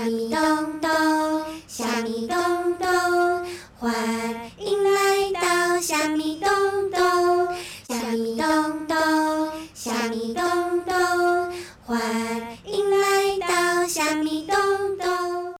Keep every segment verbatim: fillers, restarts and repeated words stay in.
米咚咚，虾米咚咚，欢迎来到虾米咚咚，虾米咚咚，虾米咚咚，欢迎来到虾米咚咚。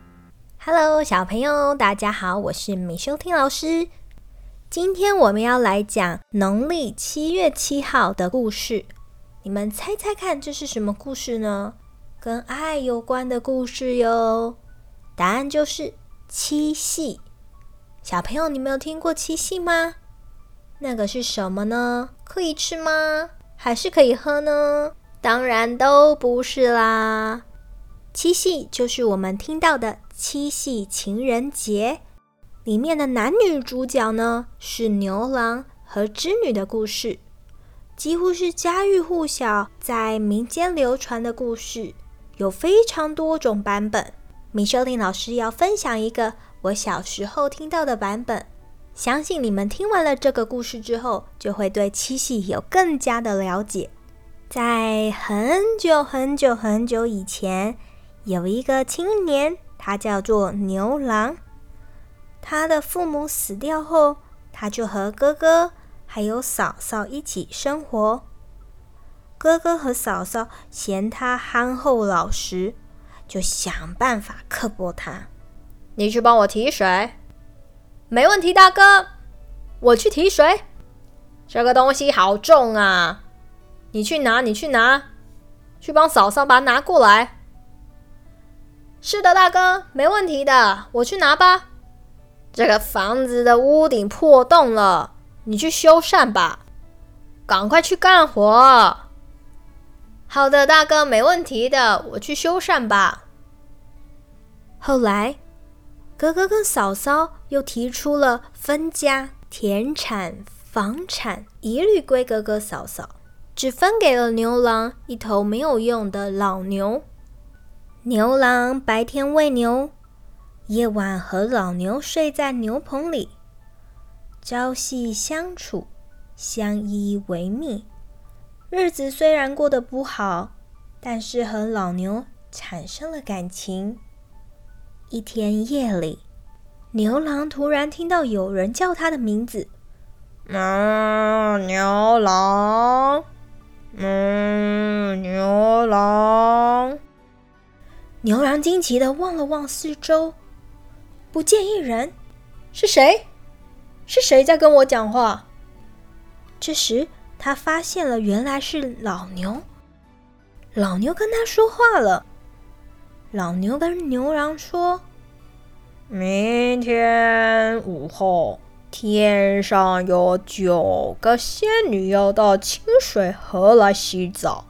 Hello， 小朋友，大家好，我是米修听老师。今天我们要来讲农历七月七号的故事。你们猜猜看，这是什么故事呢？跟爱有关的故事哟。答案就是七夕。小朋友，你们有听过七夕吗？那个是什么呢？可以吃吗？还是可以喝呢？当然都不是啦。七夕就是我们听到的七夕情人节，里面的男女主角呢是牛郎和织女的故事，几乎是家喻户晓，在民间流传的故事，有非常多种版本。米修林老师要分享一个我小时候听到的版本，相信你们听完了这个故事之后，就会对七夕有更加的了解。在很久很久很久以前，有一个青年，他叫做牛郎。他的父母死掉后，他就和哥哥还有嫂嫂一起生活。哥哥和嫂嫂嫌他憨厚老实，就想办法刻薄他。你去帮我提水。没问题，大哥，我去提水。这个东西好重啊，你去拿，你去拿，去帮嫂嫂把它拿过来。是的，大哥，没问题的，我去拿吧。这个房子的屋顶破洞了，你去修缮吧，赶快去干活。好的，大哥，没问题的，我去修缮吧。后来，哥哥跟嫂嫂又提出了分家，田产、房产一律归哥哥嫂嫂，只分给了牛郎一头没有用的老牛。牛郎白天喂牛，夜晚和老牛睡在牛棚里，朝夕相处，相依为命。日子虽然过得不好，但是和老牛产生了感情。一天夜里，牛郎突然听到有人叫他的名字，嗯，牛郎，嗯，牛郎。牛郎惊奇地望了望四周，不见一人。是谁？是谁在跟我讲话？这时他发现了，原来是老牛。老牛跟他说话了。老牛跟牛郎说，明天午后，天上有九个仙女要到清水河来洗澡。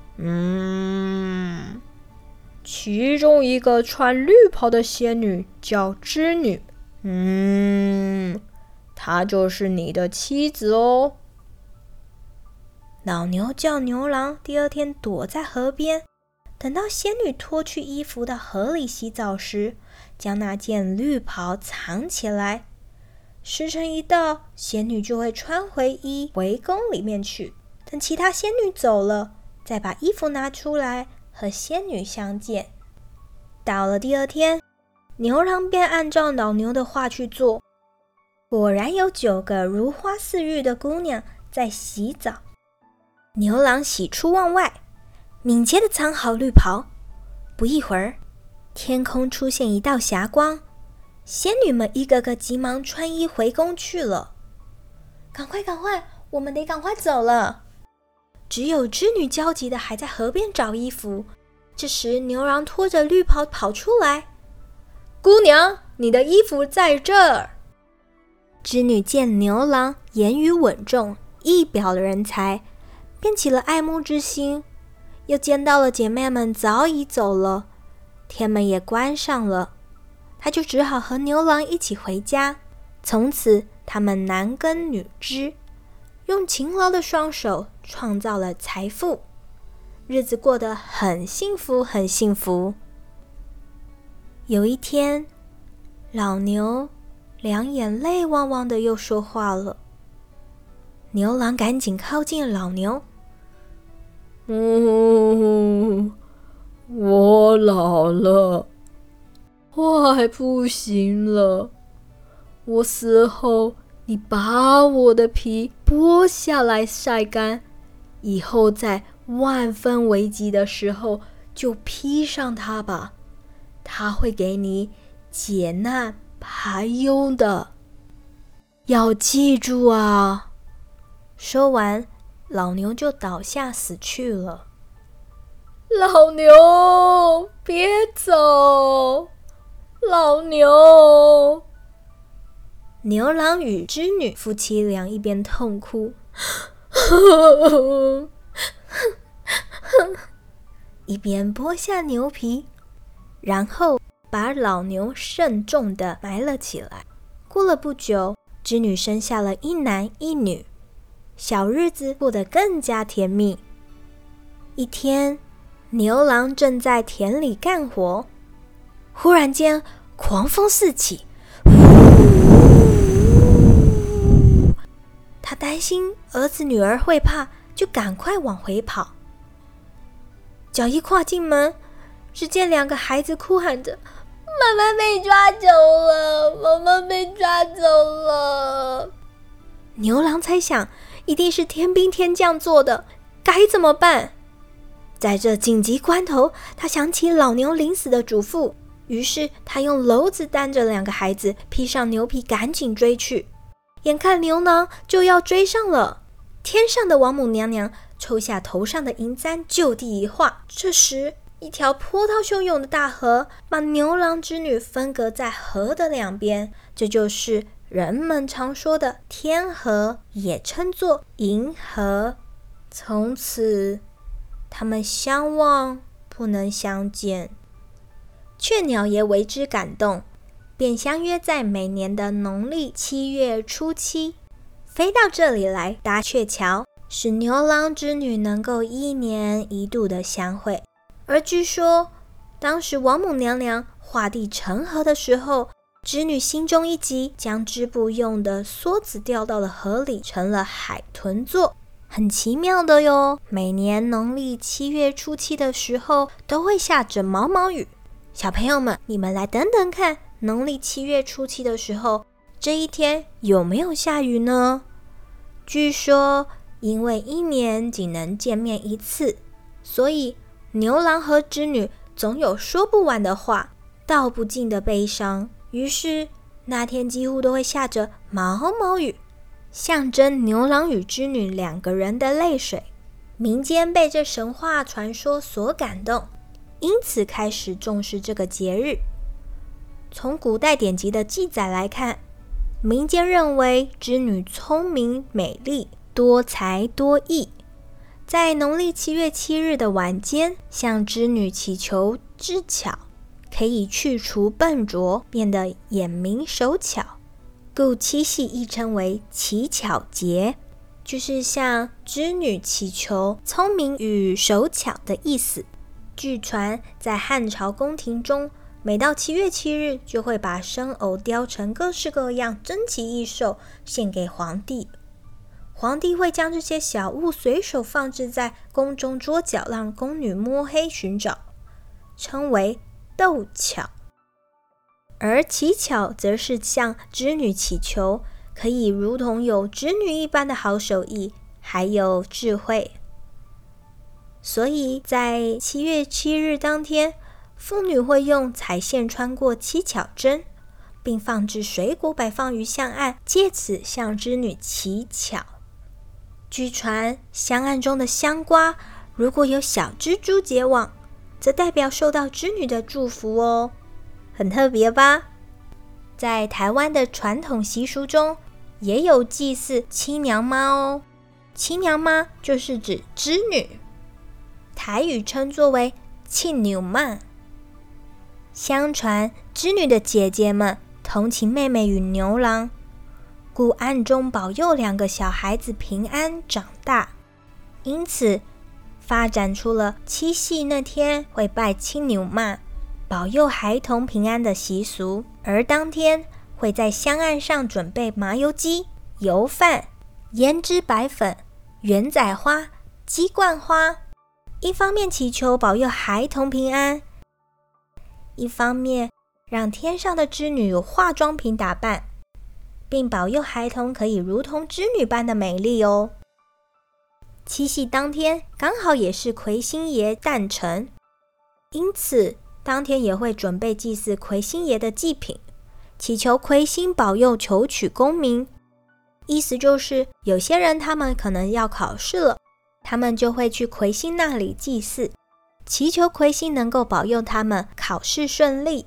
嗯，其中一个穿绿袍的仙女叫织女，嗯，她就是你的妻子哦。老牛叫牛郎第二天躲在河边，等到仙女脱去衣服到河里洗澡时，将那件绿袍藏起来。时辰一到，仙女就会穿回衣回宫里面去，等其他仙女走了，再把衣服拿出来和仙女相见。到了第二天，牛郎便按照老牛的话去做，果然有九个如花似玉的姑娘在洗澡。牛郎喜出望外，敏捷地藏好绿袍。不一会儿，天空出现一道霞光，仙女们一个个急忙穿衣回宫去了。赶快赶快，我们得赶快走了。只有织女焦急的还在河边找衣服。这时牛郎拖着绿袍跑出来，姑娘，你的衣服在这儿。织女见牛郎言语稳重，一表人才，便起了爱慕之心。又见到了姐妹们早已走了，天门也关上了，她就只好和牛郎一起回家。从此他们男耕女织，用勤劳的双手创造了财富，日子过得很幸福很幸福。有一天，老牛两眼泪汪汪的又说话了。牛郎赶紧靠近老牛，嗯，我老了， 快不行了，我死后你把我的皮剥下来晒干，以后在万分危急的时候就披上它吧，它会给你解难排忧的，要记住啊。”说完，老牛就倒下死去了。老牛，别走！老牛！牛郎与织女夫妻俩一边痛哭，一边剥下牛皮，然后把老牛慎重地埋了起来。过了不久，织女生下了一男一女，小日子过得更加甜蜜。一天，牛郎正在田里干活，忽然间狂风四起，他担心儿子女儿会怕，就赶快往回跑。脚一跨进门，只见两个孩子哭喊着：“妈妈被抓走了，妈妈被抓走了。”牛郎猜想一定是天兵天将做的，该怎么办？在这紧急关头，他想起老牛临死的嘱咐，于是他用篓子担着两个孩子，披上牛皮，赶紧追去。眼看牛郎就要追上了，天上的王母娘娘抽下头上的银簪，就地一画。这时，一条波涛汹涌的大河把牛郎织女分隔在河的两边，这就是人们常说的天河，也称作银河。从此他们相忘不能相见。雀鸟也为之感动，便相约在每年的农历七月初七飞到这里来搭鹊桥，使牛郎织女能够一年一度的相会。而据说当时王母娘娘画地成河的时候，织女心中一急，将织布用的梭子掉到了河里，成了海豚座。很奇妙的哟，每年农历七月初七的时候都会下着毛毛雨。小朋友们，你们来等等看，农历七月初七的时候，这一天有没有下雨呢？据说因为一年仅能见面一次，所以牛郎和织女总有说不完的话，道不尽的悲伤，于是那天几乎都会下着毛毛雨，象征牛郎与织女两个人的泪水。民间被这神话传说所感动，因此开始重视这个节日。从古代典籍的记载来看，民间认为织女聪明美丽，多才多艺，在农历七月七日的晚间，向织女祈求智巧，可以去除笨拙，变得眼明手巧，故七夕亦称为乞巧节，就是向织女祈求聪明与手巧的意思。据传在汉朝宫廷中，每到七月七日就会把生藕雕成各式各样珍奇异兽献给皇帝，皇帝会将这些小物随手放置在宫中桌角，让宫女摸黑寻找，称为斗巧。而乞巧则是向织女祈求可以如同有织女一般的好手艺，还有智慧。所以在七月七日当天，妇女会用彩线穿过七巧针，并放置水果摆放于香案，借此向织女乞巧。据传香案中的香瓜如果有小蜘蛛结网，则代表受到织女的祝福哦，很特别吧？在台湾的传统习俗中，也有祭祀七娘妈哦。七娘妈就是指织女，台语称作为庆牛妈。相传织女的姐姐们同情妹妹与牛郎，故暗中保佑两个小孩子平安长大，因此发展出了七夕那天会拜庆牛妈，保佑孩童平安的习俗。而当天会在香案上准备麻油鸡、油饭、胭脂白粉、圆仔花、鸡冠花，一方面祈求保佑孩童平安，一方面让天上的织女有化妆品打扮，并保佑孩童可以如同织女般的美丽哦。七夕当天刚好也是魁星爷诞辰，因此当天也会准备祭祀魁星爷的祭品，祈求魁星保佑求取功名。意思就是有些人他们可能要考试了，他们就会去魁星那里祭祀，祈求魁星能够保佑他们考试顺利。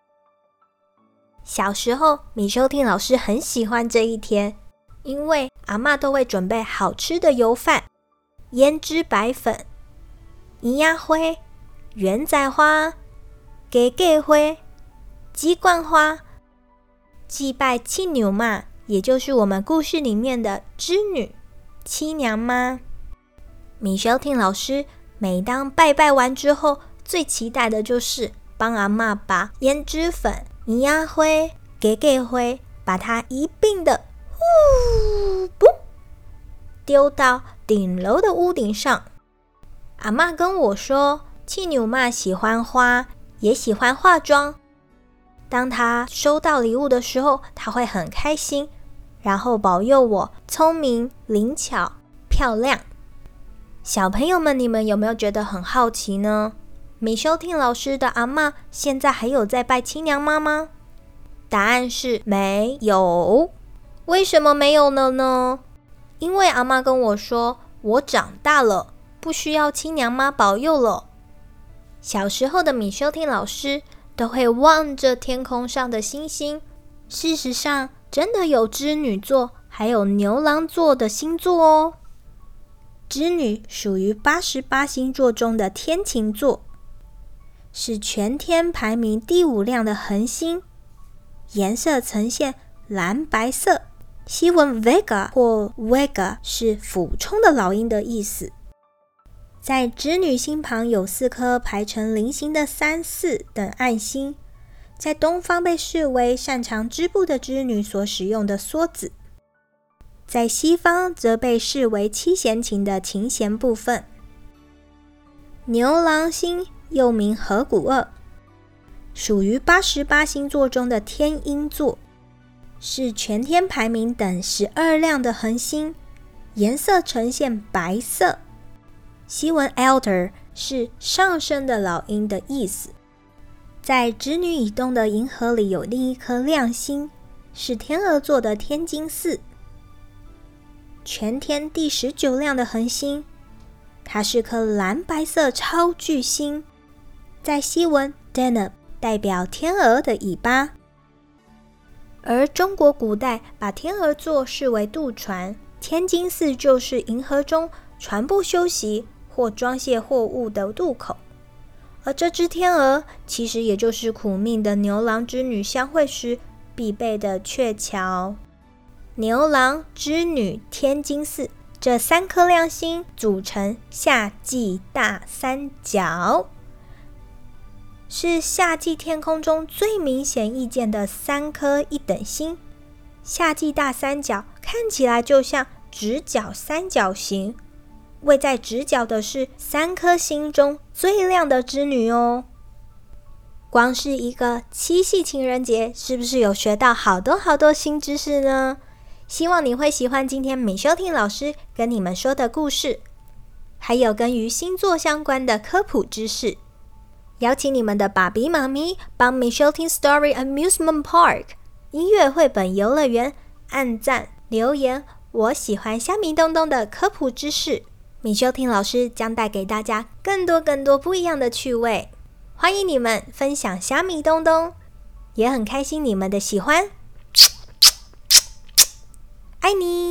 小时候米修听老师很喜欢这一天，因为阿嬷都会准备好吃的油饭、胭脂白粉、银鸭花、圆仔花、鸡架花、鸡冠花，祭拜七娘妈，也就是我们故事里面的织女七娘妈。米修听老师每当拜拜完之后，最期待的就是帮阿嬷把胭脂粉、银鸭花、鸡架花把它一并的呼嘣丢到顶楼的屋顶上。阿嬷跟我说，七娘妈喜欢花，也喜欢化妆。当她收到礼物的时候，她会很开心，然后保佑我聪明、灵巧、漂亮。小朋友们，你们有没有觉得很好奇呢？米修听老师的阿嬷现在还有在拜七娘妈吗？答案是没有。为什么没有了呢？因为阿嬷跟我说，我长大了，不需要七娘妈保佑了。小时候的米修听老师都会望着天空上的星星，事实上真的有织女座还有牛郎座的星座哦。织女属于八十八星座中的天琴座，是全天排名第五亮的恒星，颜色呈现蓝白色。西文 Vega 或 Vega 是俯冲的老鹰的意思。在织女星旁有四颗排成菱形的三四等暗星，在东方被视为擅长织布的织女所使用的梭子，在西方则被视为七弦琴的琴弦部分。牛郎星又名河谷二，属于八十八星座中的天鹰座，是全天排名等十二亮的恒星，颜色呈现白色。西文 Elder 是上升的老鹰的意思。在织女以东的银河里有另一颗亮星，是天鹅座的天津四，全天第十九亮的恒星，它是颗蓝白色超巨星，在西文 Deneb 代表天鹅的尾巴。而中国古代把天鹅座视为渡船，天津四就是银河中船舶休息或装卸货物的渡口。而这只天鹅其实也就是苦命的牛郎织女相会时必备的鹊桥。牛郎、织女、天津四这三颗亮星组成夏季大三角，是夏季天空中最明显易见的三颗一等星。夏季大三角看起来就像直角三角形，位在直角的是三颗星中最亮的织女哦。光是一个七夕情人节，是不是有学到好多好多新知识呢？希望你会喜欢今天米修听老师跟你们说的故事，还有跟与星座相关的科普知识。邀请你们的爸比妈咪帮米修听 Story Amusement Park 音乐绘本游乐园按赞留言，我喜欢虾米东东的科普知识。米修听老师将带给大家更多更多不一样的趣味，欢迎你们分享虾米东东，也很开心你们的喜欢，爱你。